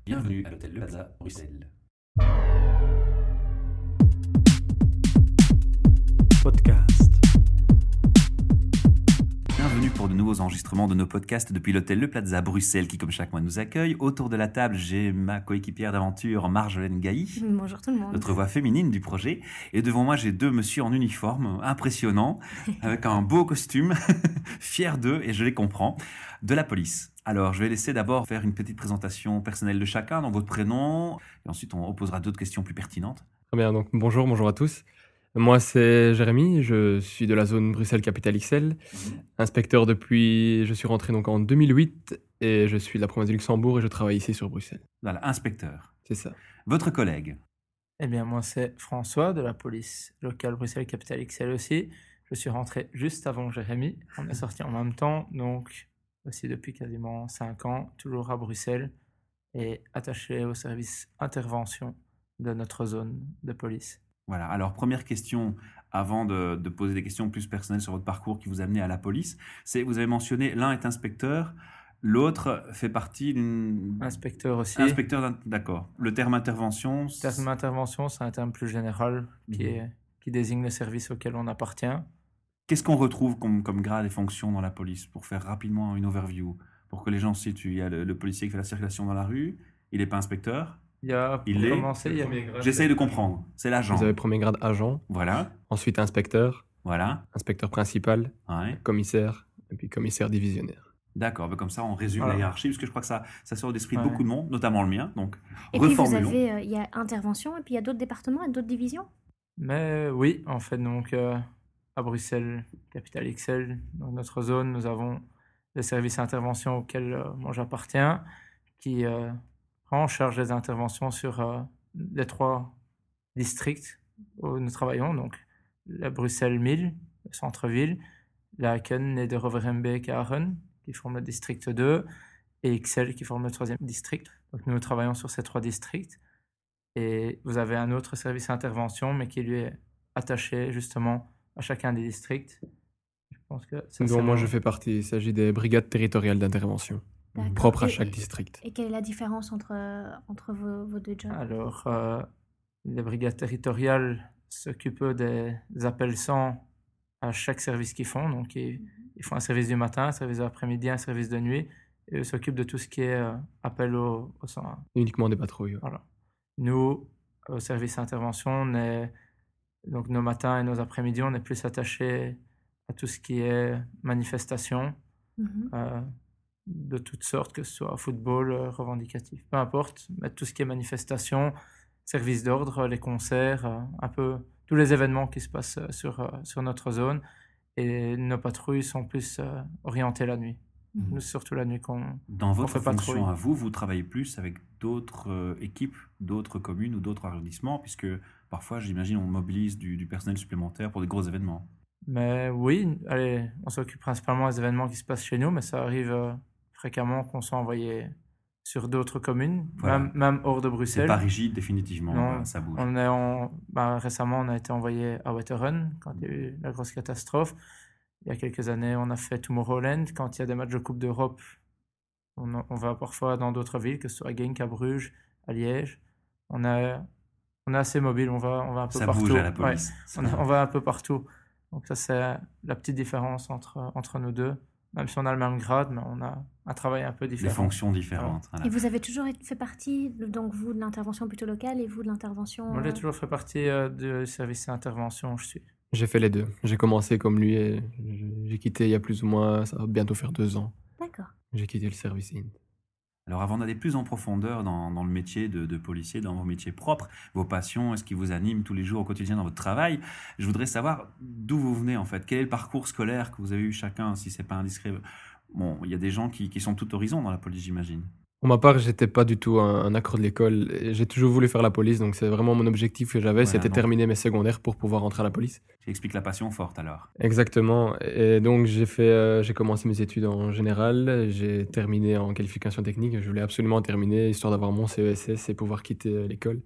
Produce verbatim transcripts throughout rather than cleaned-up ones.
Bienvenue à l'hôtel Le Plaza, Bruxelles. Podcast. Bienvenue pour de nouveaux enregistrements de nos podcasts depuis l'hôtel Le Plaza, Bruxelles, qui comme chaque mois nous accueille. Autour de la table, j'ai ma coéquipière d'aventure, Marjolaine Gailly, Bonjour tout le monde. notre voix féminine du projet. Et devant moi, j'ai deux messieurs en uniforme, impressionnants, avec un beau costume, fiers d'eux, et je les comprends, de la police. Alors, je vais laisser d'abord faire une petite présentation personnelle de chacun, dans votre prénom, et ensuite on posera d'autres questions plus pertinentes. Très bien, donc bonjour, bonjour à tous. Moi, c'est Jérémy, je suis de la zone Bruxelles-Capitale-X L, Mhm. inspecteur depuis, je suis rentré donc en deux mille huit et je suis de la province du Luxembourg et je travaille ici sur Bruxelles. Voilà, inspecteur. C'est ça. Votre collègue. Eh bien, moi, c'est François de la police locale Bruxelles-Capitale X L aussi. Je suis rentré juste avant Jérémy. On est sortis en même temps, donc aussi depuis quasiment cinq ans, toujours à Bruxelles et attaché au service intervention de notre zone de police. Voilà, alors première question, avant de, de poser des questions plus personnelles sur votre parcours qui vous a amené à la police, c'est, vous avez mentionné, l'un est inspecteur, l'autre fait partie d'une... Inspecteur aussi. Inspecteur, d'in- d'accord. Le terme intervention... c'est- Le terme intervention, c'est un terme plus général qui, Mhm. est, qui désigne le service auquel on appartient. Qu'est-ce qu'on retrouve comme, comme grade et fonction dans la police, pour faire rapidement une overview, pour que les gens se situent? Il y a le, le policier qui fait la circulation dans la rue, il n'est pas inspecteur, Il y a, pour Il est- commencer, il y a j'essaye de comprendre, c'est l'agent. Vous avez premier grade agent, Voilà, ensuite inspecteur, voilà, inspecteur principal, ouais. commissaire et puis commissaire divisionnaire. D'accord, ben comme ça on résume Voilà. la hiérarchie, parce que je crois que ça, ça sort d'esprit de Ouais. beaucoup de monde, notamment le mien, donc Et puis vous reformulons. avez, euh, il y a intervention et puis il y a d'autres départements et d'autres divisions. Mais oui, en fait, donc euh, à Bruxelles, capitale X L, dans notre zone, nous avons le service intervention auquel euh, moi j'appartiens, qui euh, prend en charge les interventions sur euh, les trois districts où nous travaillons, donc la Bruxelles mille, le centre-ville, la Aken et de Roverembeek à Aren, qui forment le district deux, et X L qui forme le troisième district. Donc nous travaillons sur ces trois districts. Et vous avez un autre service intervention, mais qui lui est attaché justement à chacun des districts. Je pense que ça, Dont c'est moi mon- je fais partie, il s'agit des brigades territoriales d'intervention, D'accord. propres à Et- chaque district. Et quelle est la différence entre, euh, entre vos, vos deux jobs? Alors, euh, les brigades territoriales s'occupent des appels cent à chaque service qu'ils font. Donc, ils, ils font un service du matin, un service de l'après-midi, un service de nuit. Et ils s'occupent de tout ce qui est euh, appel au, au cent. Uniquement des patrouilles. ouais. Voilà. Nous, au service intervention, on est, donc nos matins et nos après-midi, on est plus attachés à tout ce qui est manifestation Mhm. euh, de toutes sortes, que ce soit football, euh, revendicatif, peu importe, mais tout ce qui est manifestation, service d'ordre, les concerts, euh, un peu tous les événements qui se passent euh, sur, euh, sur notre zone. Et nos patrouilles sont plus euh, orientées la nuit. Mhm. Nous, c'est surtout la nuit qu'on... Dans votre fait fonction patrouille. à vous, vous travaillez plus avec d'autres euh, équipes, d'autres communes ou d'autres arrondissements, puisque parfois, j'imagine, on mobilise du, du personnel supplémentaire pour des gros événements. Mais oui, allez, on s'occupe principalement des événements qui se passent chez nous, mais ça arrive euh, fréquemment qu'on soit envoyé sur d'autres communes, Voilà. même, même hors de C'est Bruxelles. pas rigide, définitivement, Non, voilà, ça bouge. On est en, bah, récemment, on a été envoyé à Wetteren quand il y a eu la grosse catastrophe. Il y a quelques années, on a fait Tomorrowland. Quand il y a des matchs de Coupe d'Europe, on, on va parfois dans d'autres villes, que ce soit à Genk, à Bruges, à Liège. On, a, on est assez mobile, on va, on va un peu Ça partout. bouge à la Ouais, police. on, on va un peu partout. Donc ça, c'est la petite différence entre, entre nous deux. Même si on a le même grade, mais on a un travail un peu Des différent. fonctions différentes. voilà. Et vous avez toujours été- fait partie, donc vous, de l'intervention plutôt locale et vous de l'intervention... Moi, j'ai euh, toujours fait partie euh, du service d'intervention où je suis. J'ai fait les deux. J'ai commencé comme lui et j'ai quitté il y a plus ou moins, ça va bientôt faire deux ans. D'accord. J'ai quitté le service int. Alors avant d'aller plus en profondeur dans, dans le métier de, de policier, dans vos métiers propres, vos passions, est-ce qui vous anime tous les jours au quotidien dans votre travail, je voudrais savoir d'où vous venez en fait. Quel est le parcours scolaire que vous avez eu chacun, si c'est pas indiscret? Bon, il y a des gens qui, qui sont tout horizon dans la police, j'imagine. Pour ma part, j'étais pas du tout un, un accro de l'école. Et j'ai toujours voulu faire la police, donc c'est vraiment mon objectif que j'avais, Voilà, c'était donc- terminer mes secondaires pour pouvoir rentrer à la police. Ça explique la passion forte alors. Exactement. Et donc j'ai fait, euh, j'ai commencé mes études en général, j'ai terminé en qualification technique. Je voulais absolument terminer, histoire d'avoir mon C E S S et pouvoir quitter euh, l'école.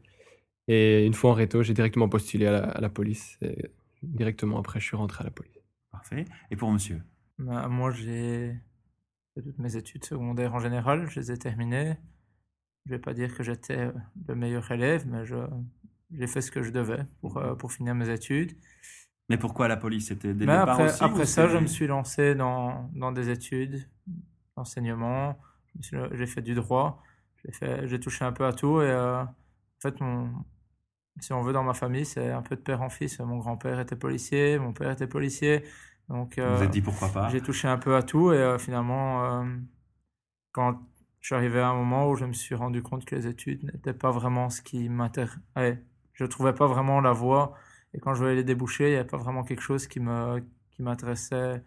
Et une fois en réto, j'ai directement postulé à la, à la police. Et directement après, je suis rentré à la police. Parfait. Et pour monsieur? Bah, moi, j'ai fait toutes mes études secondaires en général, je les ai terminées. je vais pas dire que j'étais euh, le meilleur élève, mais je, j'ai fait ce que je devais pour, euh, pour finir mes études. Mais pourquoi la police? C'était dès le Mais départ après, aussi, après ou ça, je c'est- me suis lancé dans, dans des études, d'enseignement. Je me suis- J'ai fait du droit. J'ai fait, j'ai touché un peu à tout. Et euh, en fait, mon, si on veut, dans ma famille, c'est un peu de père en fils. Mon grand-père était policier, mon père était policier. Donc, vous vous euh, êtes dit pourquoi pas? j'ai touché un peu à tout. Et euh, finalement, euh, quand je suis arrivé à un moment où je me suis rendu compte que les études n'étaient pas vraiment ce qui m'intéressait, je trouvais pas vraiment la voie. Et quand je voyais les débouchés, il n'y avait pas vraiment quelque chose qui me, qui m'intéressait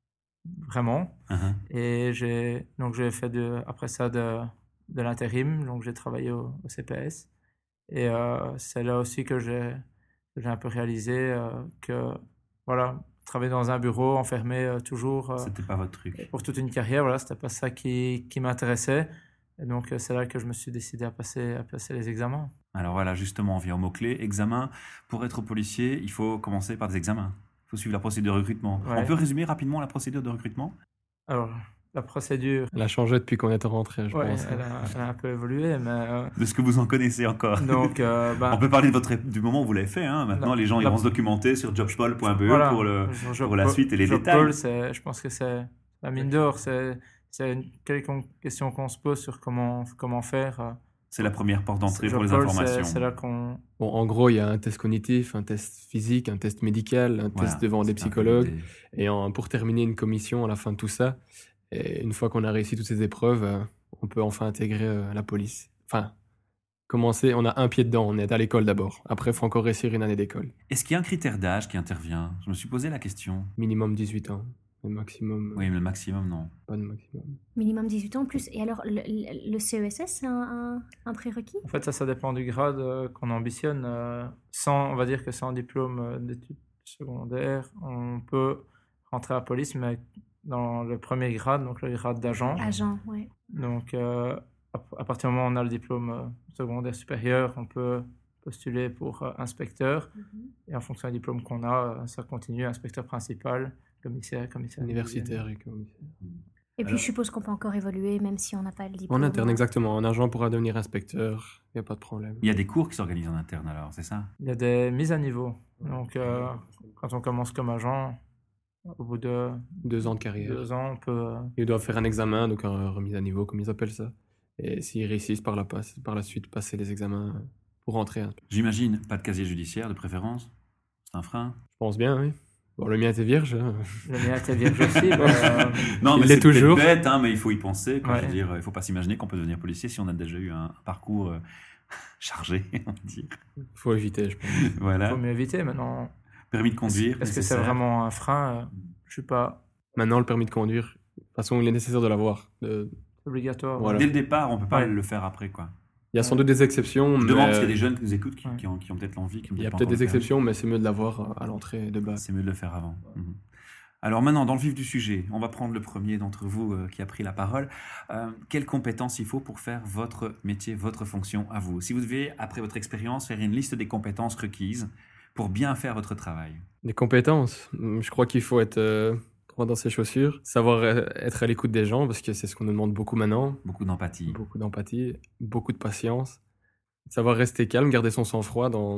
vraiment. Uh-huh. Et j'ai, donc j'ai fait de, après ça de, de l'intérim. Donc j'ai travaillé au, au C P S. Et euh, c'est là aussi que j'ai, que j'ai un peu réalisé euh, que, voilà, travailler dans un bureau, enfermé euh, toujours euh, C'était pas votre truc. pour toute une carrière, voilà, c'était pas ça qui, qui m'intéressait. Et donc euh, c'est là que je me suis décidé à passer, à passer les examens. Alors voilà, justement, on vient au mot-clé. Examen. Pour être policier, il faut commencer par des examens. Il faut suivre la procédure de recrutement. Ouais. On peut résumer rapidement la procédure de recrutement? Alors, la procédure, Elle a changé depuis qu'on est rentré, je ouais, pense. elle, a, elle a un peu évolué, mais euh, De ce que vous en connaissez encore. donc, euh, bah, On peut parler de votre, du moment où vous l'avez fait. Hein. Maintenant, La- les gens ils la- vont se documenter sur jobspol point b e voilà, pour, le, je- je- pour la suite et les je- détails. Paul, c'est, je pense que c'est la mine d'or. C'est, c'est une quelconque question qu'on se pose sur comment, comment faire. euh, C'est la première porte d'entrée je- pour les Paul, informations. C'est, c'est là qu'on. Bon, en gros, il y a un test cognitif, un test physique, un test médical, un Voilà, test devant des c'est un peu psychologues. l'idée. Et en- pour terminer une commission à la fin de tout ça, et une fois qu'on a réussi toutes ces épreuves, euh, on peut enfin intégrer euh, la police. Enfin, commencer, on a un pied dedans, on est à l'école d'abord. Après, il faut encore réussir une année d'école. Est-ce qu'il y a un critère d'âge qui intervient? Je me suis posé la question. Minimum dix-huit ans. Le maximum, euh, Oui, mais le maximum, non. pas de maximum. Minimum dix-huit ans en plus. Et alors, le, le- le C E S S, c'est un, un- un prérequis? En fait, ça, ça dépend du grade euh, qu'on ambitionne. euh, sans, on va dire que sans diplôme euh, d'études secondaires, on peut rentrer à la police, mais dans le premier grade, donc le grade d'agent. Agent, ouais. Donc, euh, à, à partir du moment où on a le diplôme euh, secondaire supérieur, on peut postuler pour euh, inspecteur. Et en fonction du diplôme qu'on a, euh, ça continue, inspecteur principal, commissaire, commissaire. Universitaire et commissaire. Et puis, Alors- je suppose qu'on peut encore évoluer, même si on n'a pas le diplôme. En interne, exactement. Un agent pourra devenir inspecteur, il n'y a pas de problème. Il y a des cours qui s'organisent en interne alors, c'est ça? Il y a des mises à niveau. Donc, euh, quand on commence comme agent, au bout de Deux ans de carrière. deux ans, on peut. euh, Ils doivent faire un examen, donc un remise à niveau, comme ils appellent ça. Et s'ils réussissent par la, passe, par la suite, passer les examens pour rentrer. hein. J'imagine, pas de casier judiciaire de préférence? C'est un frein? Je pense bien, oui. Bon, le mien était vierge. hein. Le mien était vierge aussi. mais, euh, Non, Il mais l'est c'est toujours. peut-être bête, hein, mais il faut y penser. Quoi. Ouais. Je veux dire, il ne faut pas s'imaginer qu'on peut devenir policier si on a déjà eu un parcours euh, chargé, on va dire. Faut éviter, je pense. il Voilà. faut mieux éviter maintenant. Permis de conduire, Est-ce que c'est nécessaire. vraiment un frein? euh, Je suis pas Maintenant, le permis de conduire, de toute façon, il est nécessaire de l'avoir. De- obligatoire. Voilà. Dès le départ, on ne peut pas Ouais. le faire après. Quoi. Il y a sans doute des exceptions, Je mais demande parce qu'il y a des jeunes qui nous écoutent qui, Ouais. qui ont, qui ont peut-être l'envie. qui ont il y a pas peut-être encore des le permis. exceptions, mais c'est mieux de l'avoir à l'entrée de base. C'est mieux de le faire avant. Mhm. Alors maintenant, dans le vif du sujet, on va prendre le premier d'entre vous euh, qui a pris la parole. Euh, quelles compétences il faut pour faire votre métier, votre fonction à vous? Si vous deviez, après votre expérience, faire une liste des compétences requises pour bien faire votre travail. Des compétences. Hum, Je crois qu'il faut être euh, droit dans ses chaussures, savoir euh, être à l'écoute des gens, parce que c'est ce qu'on nous demande beaucoup maintenant. Beaucoup d'empathie. Beaucoup d'empathie, beaucoup de patience. Savoir rester calme, garder son sang-froid dans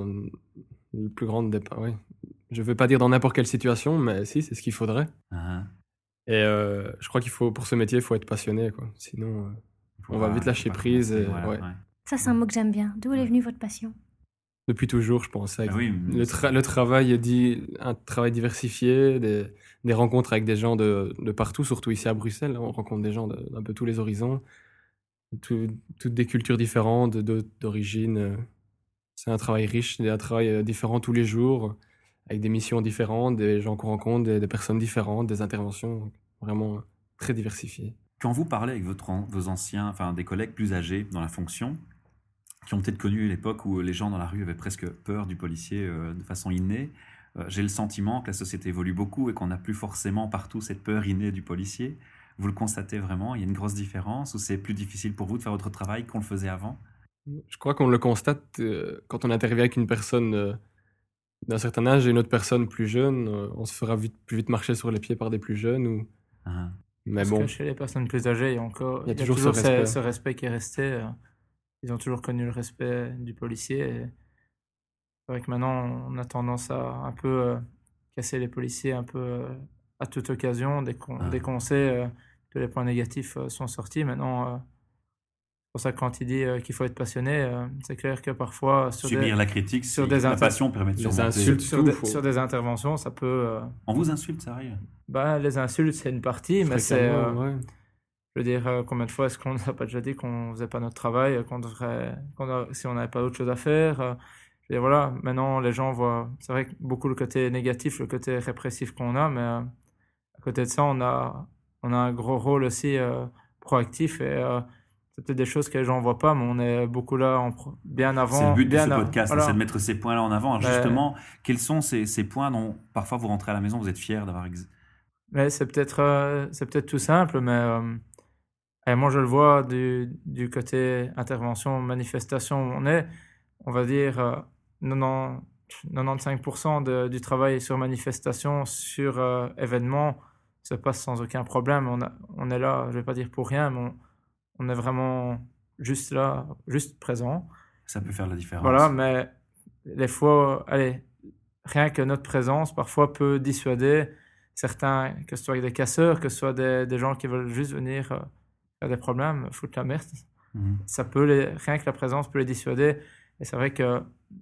le plus grand départ. Oui. Je ne veux pas dire dans n'importe quelle situation, mais si, c'est ce qu'il faudrait. Hein, Et euh, je crois qu'il faut, pour ce métier, il faut être passionné, quoi. Sinon, euh, il faut On va pas- vite il faut lâcher pas prise commencer, et- voilà, ouais. ouais. Ça, c'est un mot que j'aime bien. D'où est venue votre passion? depuis toujours, je pense. avec Ah oui, le, tra- le travail dit un travail diversifié, des, des rencontres avec des gens de, de partout, surtout ici à Bruxelles. On rencontre des gens de- d'un peu tous les horizons, tout- toutes des cultures différentes, de- d'origine. euh. C'est un travail riche, un travail euh, différent tous les jours, avec des missions différentes, des gens qu'on rencontre, des, des personnes différentes, des interventions vraiment très diversifiées. Quand vous parlez avec votre, an- vos anciens, enfin des collègues plus âgés dans la fonction, qui ont peut-être connu l'époque où les gens dans la rue avaient presque peur du policier euh, de façon innée, euh, j'ai le sentiment que la société évolue beaucoup et qu'on n'a plus forcément partout cette peur innée du policier. Vous le constatez vraiment? Il y a une grosse différence ou c'est plus difficile pour vous de faire votre travail qu'on le faisait avant? Je crois qu'on le constate euh, quand on intervient avec une personne euh, d'un certain âge et une autre personne plus jeune, euh, on se fera vite, plus vite marcher sur les pieds par des plus jeunes. Ou... Ah. Mais Parce bon, que chez les personnes plus âgées, il y a encore Il y a toujours ce ce, respect. ce respect qui est resté. euh, ils ont toujours connu le respect du policier. Et c'est vrai que maintenant, on a tendance à un peu euh, casser les policiers un peu euh, à toute occasion, dès qu'on Ah. dès qu'on sait euh, que les points négatifs euh, sont sortis. Maintenant, euh, c'est pour ça que quand il dit euh, qu'il faut être passionné, euh, c'est clair que parfois, sur des, Subir la critique, sur si des la inter- passion permet de Les surmonter. insultes. sur, tout, des, faut- sur des interventions, ça peut... euh, On vous insulte, ça arrive. bah, les insultes, c'est une partie, mais c'est... euh, Fréquemment, ouais. Je veux dire, euh, combien de fois est-ce qu'on n'a pas déjà dit qu'on faisait pas notre travail, euh, qu'on devrait, qu'on a- si on n'avait pas autre chose à faire. euh, je veux dire, voilà, maintenant les gens voient, c'est vrai que beaucoup le côté négatif, le côté répressif qu'on a, mais euh, à côté de ça, on a, on a un gros rôle aussi euh, proactif et euh, c'est peut-être des choses que les gens voient pas, mais on est beaucoup là en pro- bien avant. C'est le but de bien ce a- podcast, voilà. c'est de mettre ces points-là en avant. Alors, Mais- justement, quels sont ces, ces points dont parfois vous rentrez à la maison, vous êtes fier d'avoir ex- Mais c'est peut-être euh, c'est peut-être tout simple, mais euh, et moi je le vois du, du côté intervention, manifestation où on est, on va dire euh, quatre-vingt-dix quatre-vingt-quinze pour cent de- du travail sur manifestation, sur euh, événement, se passe sans aucun problème. On, a- on est là, je vais pas dire pour rien, mais on, on est vraiment juste là, juste présent. Ça peut faire la différence. Voilà, mais les fois, allez, rien que notre présence parfois peut dissuader certains, que ce soit des casseurs, que ce soit des, des gens qui veulent juste venir euh, faire des problèmes, foutre la merde. Mhm. Ça peut les, rien que la présence peut les dissuader. Et c'est vrai que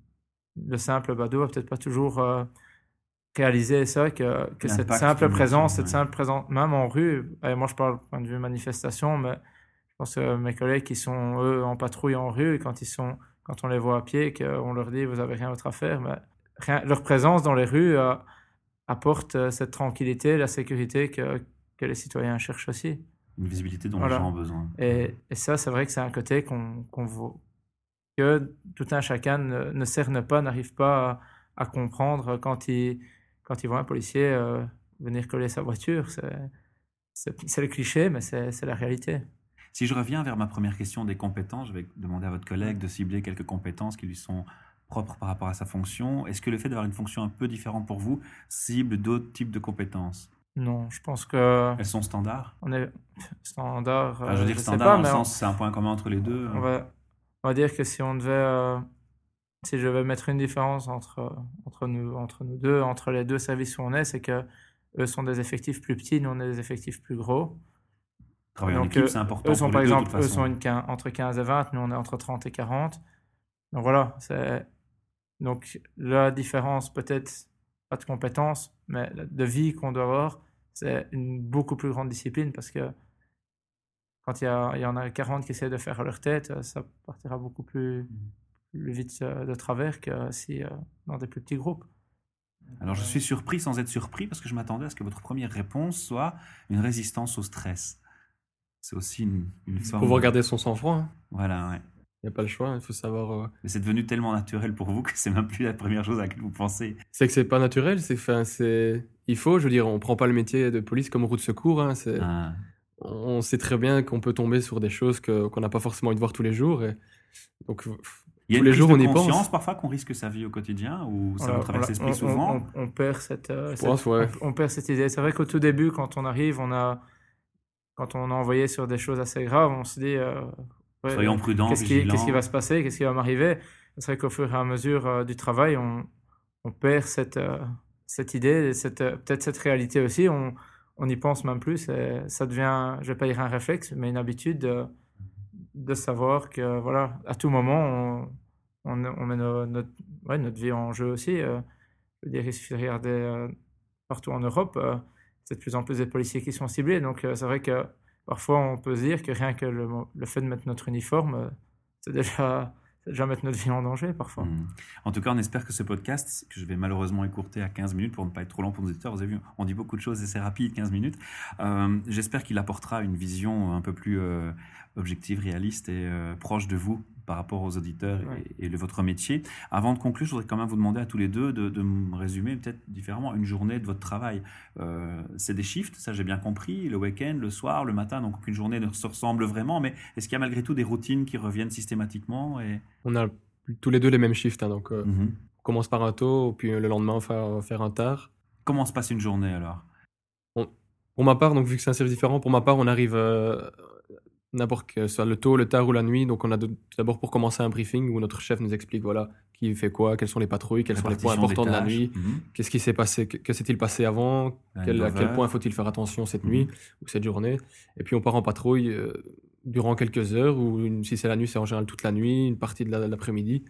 le simple badaud va peut-être pas toujours euh, réaliser ça, que, que cette L'impact simple du métier, présence, cette ouais. simple présence, même en rue, et moi je parle du point de vue manifestation, mais je pense que mes collègues qui sont eux en patrouille en rue, quand ils sont, quand on les voit à pied, qu'on leur dit vous avez rien d'autre à faire, mais rien, leur présence dans les rues euh, apporte euh, cette tranquillité, la sécurité que, que les citoyens cherchent aussi. Une visibilité dont Voilà. les gens ont besoin. Et, et ça, c'est vrai que c'est un côté qu'on qu'on voit, que tout un chacun ne, ne cerne pas, n'arrive pas à, à comprendre quand il, quand il voit un policier euh, venir coller sa voiture. C'est, c'est, c'est le cliché, mais c'est, c'est la réalité. Si je reviens vers ma première question des compétences, je vais demander à votre collègue de cibler quelques compétences qui lui sont propres par rapport à sa fonction. Est-ce que le fait d'avoir une fonction un peu différente pour vous cible d'autres types de compétences? Non, je pense que Elles sont standards? on est standard. Enfin, je veux euh, dire sais standard pas, dans le mais sens, c'est un point commun entre les deux. on, on va, on va dire que si on devait, euh, si je vais mettre une différence entre, entre, nous, entre nous deux, entre les deux services où on est, c'est que eux sont des effectifs plus petits, nous on est des effectifs plus gros. Travailler en Donc, équipe, euh, c'est important Eux sont pour par les deux, de exemple, toute eux façon. sont une quin- entre quinze et vingt, nous on est entre trente et quarante. Donc voilà, c'est donc la différence peut-être pas de compétences, mais de vie qu'on doit avoir, c'est une beaucoup plus grande discipline parce que quand il y, a, il y en a quarante qui essaient de faire à leur tête, ça partira beaucoup plus, plus vite euh, de travers que si euh, dans des plus petits groupes. Alors, je suis surpris sans être surpris parce que je m'attendais à ce que votre première réponse soit une résistance au stress. C'est aussi une, une C'est forme. pouvoir garder son sang-froid. hein. Voilà, ouais. Il n'y a pas le choix, il faut savoir. euh, Mais c'est devenu tellement naturel pour vous que c'est même plus la première chose à laquelle vous pensez. C'est que c'est pas naturel, c'est, enfin, c'est. Il faut, je veux dire, on prend pas le métier de police comme roue de secours. hein, c'est... Ah. On sait très bien qu'on peut tomber sur des choses que, qu'on n'a pas forcément envie de voir tous les jours. Et... Donc, Il y a tous une les prise jours, de on y conscience pense. parfois qu'on risque sa vie au quotidien ou ça Voilà, vous traverse voilà, l'esprit on- souvent. on, on, on perd cette, euh, Je cette- pense, ouais. on, on perd cette idée. C'est vrai qu'au tout début, quand on arrive, on a, quand on a envoyé sur des choses assez graves, on se dit, euh, ouais, Soyons prudents, qu'est-ce qui, vigilants. qu'est-ce qui va se passer, qu'est-ce qui va m'arriver. C'est vrai qu'au fur et à mesure euh, du travail, on, on perd cette, euh, cette idée, cette, euh, peut-être cette réalité aussi. On, on n'y pense même plus. C'est- ça devient, je vais pas dire un réflexe, mais une habitude de, de savoir que, voilà, à tout moment, on, on, on met no- notre, ouais, notre vie en jeu aussi. euh. Je veux dire, il suffit de regarder euh, partout en Europe, euh, c'est de plus en plus des policiers qui sont ciblés. Donc, euh, c'est vrai que parfois, on peut se dire que rien que le, mo- le fait de mettre notre uniforme, euh, c'est déjà, c'est déjà mettre notre vie en danger parfois. Hmm. En tout cas, on espère que ce podcast, que je vais malheureusement écourter à quinze minutes pour ne pas être trop long pour nos auditeurs, vous avez vu, on dit beaucoup de choses et c'est rapide, quinze minutes. Euh, j'espère qu'il apportera une vision un peu plus euh, objective, réaliste et euh, proche de vous par rapport aux auditeurs Ouais. et, et de votre métier. Avant de conclure, je voudrais quand même vous demander à tous les deux de, de me résumer peut-être différemment une journée de votre travail. Euh, c'est des shifts, ça j'ai bien compris, le week-end, le soir, le matin, donc aucune journée ne se ressemble vraiment, mais est-ce qu'il y a malgré tout des routines qui reviennent systématiquement et... On a tous les deux les mêmes shifts. hein, donc, euh, Mhm. on commence par un tôt, puis le lendemain, on va faire, on va faire un tard. Comment se passe une journée alors? Pour ma part, donc, vu que c'est un service différent, pour ma part, on arrive euh, n'importe que ce soit le tôt, le tard ou la nuit. Donc, on a de- d'abord pour commencer un briefing où notre chef nous explique voilà, qui fait quoi, quelles sont les patrouilles, quels sont les points Répartition des importants de la tâches. nuit, Mhm. qu'est-ce qui s'est passé, que, que s'est-il passé avant, Un quel- à quel handover. point faut-il faire attention cette Mhm. nuit ou cette journée. Et puis, on part en patrouille euh, durant quelques heures, ou une- si c'est la nuit, c'est en général toute la nuit, une partie de la- de l'après-midi.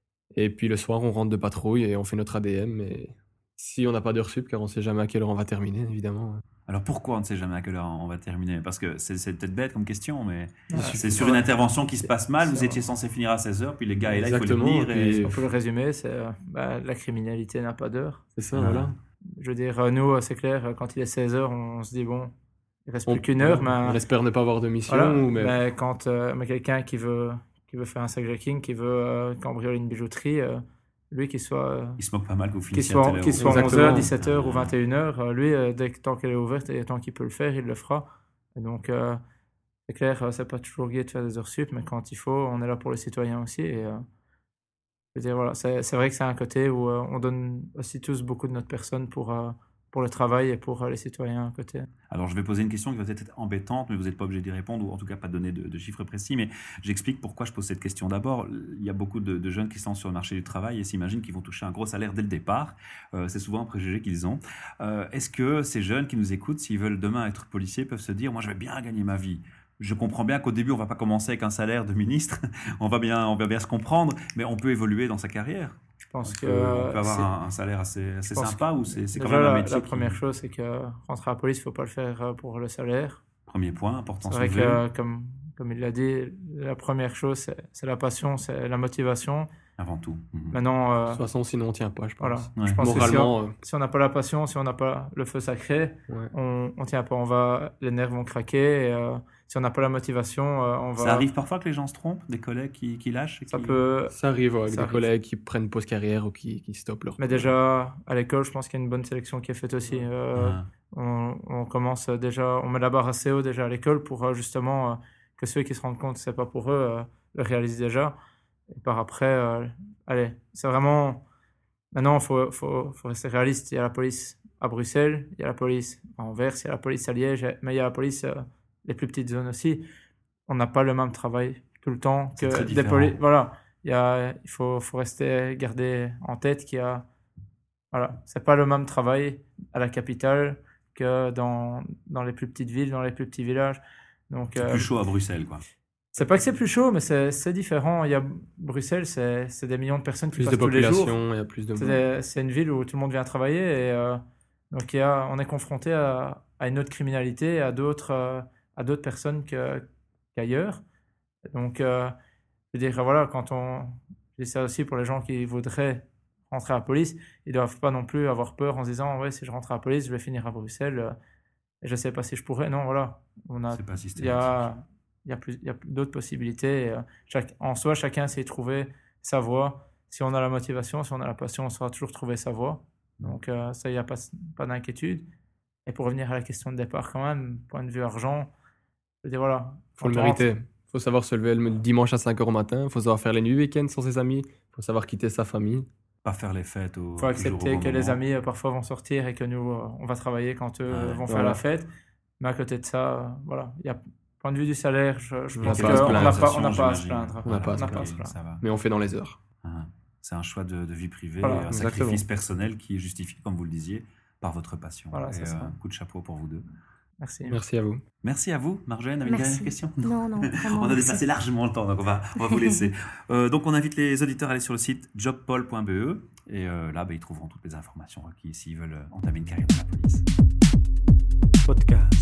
Et puis, le soir, on rentre de patrouille et on fait notre A D M. Et si on n'a pas d'heure sup, car on ne sait jamais à quelle heure on va terminer, évidemment. Alors pourquoi on ne sait jamais à quelle heure on va terminer? Parce que c'est c'est peut-être bête comme question, mais Ouais, c'est sur une intervention qui se passe mal. Vous C'est- étiez censé finir à seize heures, puis les gars, et là, il faut les Exactement, venir. et Et... puis- On peut le résumer, c'est euh, bah, la criminalité n'a pas d'heure. C'est ça, Ah. voilà. Je veux dire, euh, nous, euh, c'est clair, euh, quand il est seize heures, on se dit, bon, il reste On, plus qu'une heure, on mais, espère ne pas avoir de mission. voilà, ou mais... mais quand euh, mais quelqu'un qui veut, qui veut faire un sackjacking, qui veut euh, cambrioler une bijouterie, euh, lui, qu'il soit, euh, Il se moque pas mal que vous qu'il finissiez à soit, telle heure. qu'il soit Exactement. onze heures, dix-sept heures ou Ah. vingt et une heures, euh, lui, euh, dès que tant qu'elle est ouverte et tant qu'il peut le faire, il le fera. Et donc, euh, c'est clair, euh, c'est pas toujours gai de faire des heures sup, mais quand il faut, on est là pour les citoyens aussi. Et, euh, je veux dire, voilà, c'est c'est vrai que c'est un côté où euh, on donne aussi tous beaucoup de notre personne pour, euh, pour le travail et pour euh, les citoyens à côté. Alors, je vais poser une question qui va peut-être être embêtante, mais vous n'êtes pas obligé d'y répondre, ou en tout cas pas donner de, de chiffres précis, mais j'explique pourquoi je pose cette question. D'abord, il y a beaucoup de, de jeunes qui sont sur le marché du travail et s'imaginent qu'ils vont toucher un gros salaire dès le départ. Euh, c'est souvent un préjugé qu'ils ont. Euh, est-ce que ces jeunes qui nous écoutent, s'ils veulent demain être policiers, peuvent se dire « moi, je vais bien gagner ma vie ». Je comprends bien qu'au début, on ne va pas commencer avec un salaire de ministre, on va bien, on va bien se comprendre, mais on peut évoluer dans sa carrière. Je pense On que peut, on peut c'est- avoir un, un salaire assez, assez pense sympa ou c'est c'est quand déjà, même un la, métier la qui- première chose, c'est que rentrer à la police, il ne faut pas le faire euh, pour le salaire. Premier point, important C'est vrai que, soulevé. euh, comme, comme il l'a dit, la première chose, c'est c'est la passion, c'est la motivation. Avant tout. Mhm. Maintenant, euh, De toute façon, sinon on tient pas, je pense. voilà. Ouais. Je pense que si on- Moralement, euh, si on n'a pas la passion, si on n'a pas le feu sacré, ouais. on ne tient pas. On va, les nerfs vont craquer. Et, euh, si on n'a pas la motivation, euh, on va. Ça arrive parfois que les gens se trompent, des collègues qui, qui lâchent et Ça qui- peut. Ça arrive ouais, avec Ça des arrive. collègues qui prennent pause carrière ou qui, qui stoppent leur. Mais déjà, à l'école, je pense qu'il y a une bonne sélection qui est faite aussi. Euh, Ah. on, on commence déjà, on met la barre assez haut déjà à l'école pour euh, justement euh, que ceux qui se rendent compte que c'est pas pour eux euh, le réalisent déjà. Et par après, euh, allez, c'est vraiment. Maintenant, il faut, faut, faut rester réaliste. Il y a la police à Bruxelles, il y a la police à Anvers, il y a la police à Liège, mais il y a la police euh, les plus petites zones aussi. On n'a pas le même travail tout le temps C'est que très des différent. polices. Voilà, il y a, il faut, faut rester garder en tête qu'il y a. Voilà, c'est pas le même travail à la capitale que dans, dans les plus petites villes, dans les plus petits villages. Donc, C'est euh, plus chaud à Bruxelles, quoi. c'est pas que c'est plus chaud, mais c'est c'est différent. Il y a Bruxelles, c'est c'est des millions de personnes qui Plus de passent tous les jours. population, il y a plus de C'est monde. des- c'est une ville où tout le monde vient travailler et euh, donc il y a, on est confronté à, à une autre criminalité, à d'autres euh, à d'autres personnes que- qu'ailleurs. Donc, euh, je veux dire, voilà, quand on. Je dis ça aussi pour les gens qui voudraient rentrer à la police, ils doivent pas non plus avoir peur en se disant, ouais, si je rentre à la police, je vais finir à Bruxelles euh, et je sais pas si je pourrais. Non, voilà. On a C'est pas il y systématique. a, il y a, plus, il y a d'autres possibilités. Et, euh, chaque, en soi, chacun sait trouver sa voie. Si on a la motivation, si on a la passion, on saura toujours trouver sa voie. Donc euh, ça, il n'y a pas, pas d'inquiétude. Et pour revenir à la question de départ quand même, point de vue argent, je veux dire, voilà. Faut le quand on rentre- mériter. Faut savoir se lever le dimanche à cinq heures au matin. Faut savoir faire les nuits week-ends sans ses amis. Faut savoir quitter sa famille. Pas faire les fêtes au. Il faut accepter que les amis amis. euh, parfois vont sortir et que nous, euh, on va travailler quand eux Ouais, vont faire voilà. la fête. Mais à côté de ça, euh, voilà. Il y a, point de vue du salaire, je, je On pense n'a pas à se qu'on n'a plaindre. pas, on n'a pas à se plaindre. On n'a pas à se On n'a plaindre. se Ça va. Mais on fait dans les heures. Ah. C'est un choix de, de vie privée, Voilà, et un exactement. sacrifice personnel qui est justifié, comme vous le disiez, par votre passion. Voilà, Et, c'est ça. euh, coup de chapeau pour vous deux. Merci. Merci à vous. Merci à vous, Marjolaine. Avec une Merci. dernière question Non, non, vraiment. On a merci. dépassé largement le temps, donc on va, on va vous laisser. Euh, donc on invite les auditeurs à aller sur le site jobpol point b e et euh, là, bah, ils trouveront toutes les informations requises s'ils veulent entamer une carrière dans la police. Podcast.